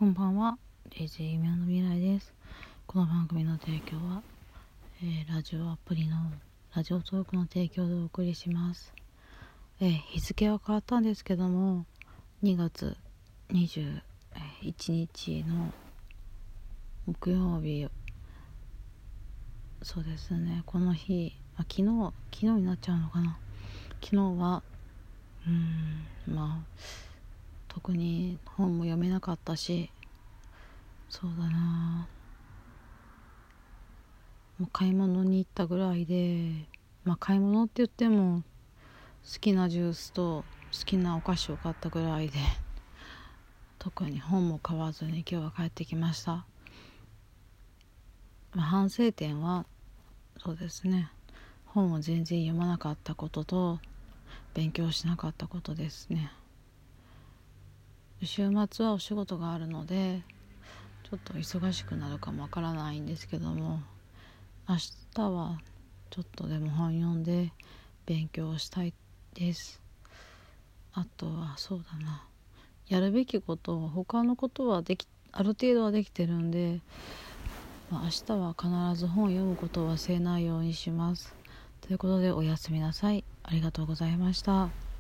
こんばんは、JJ 夢の未来です。この番組の提供は、ラジオアプリのラジオトークの提供でお送りします。日付は変わったんですけども、2月21日の木曜日、そうですね、この日、昨日になっちゃうのかな。昨日は特に本も読めなかったし、そうだな、もう買い物に行ったぐらいで、買い物って言っても好きなジュースと好きなお菓子を買ったぐらいで、特に本も買わずに今日は帰ってきました。反省点はそうですね、本を全然読まなかったことと勉強しなかったことですね。週末はお仕事があるのでちょっと忙しくなるかもわからないんですけども、明日はちょっとでも本読んで勉強したいです。あとはそうだな、やるべきことは他のことはある程度はできてるんで、明日は必ず本を読むことを忘れないようにします。ということで、おやすみなさい。ありがとうございました。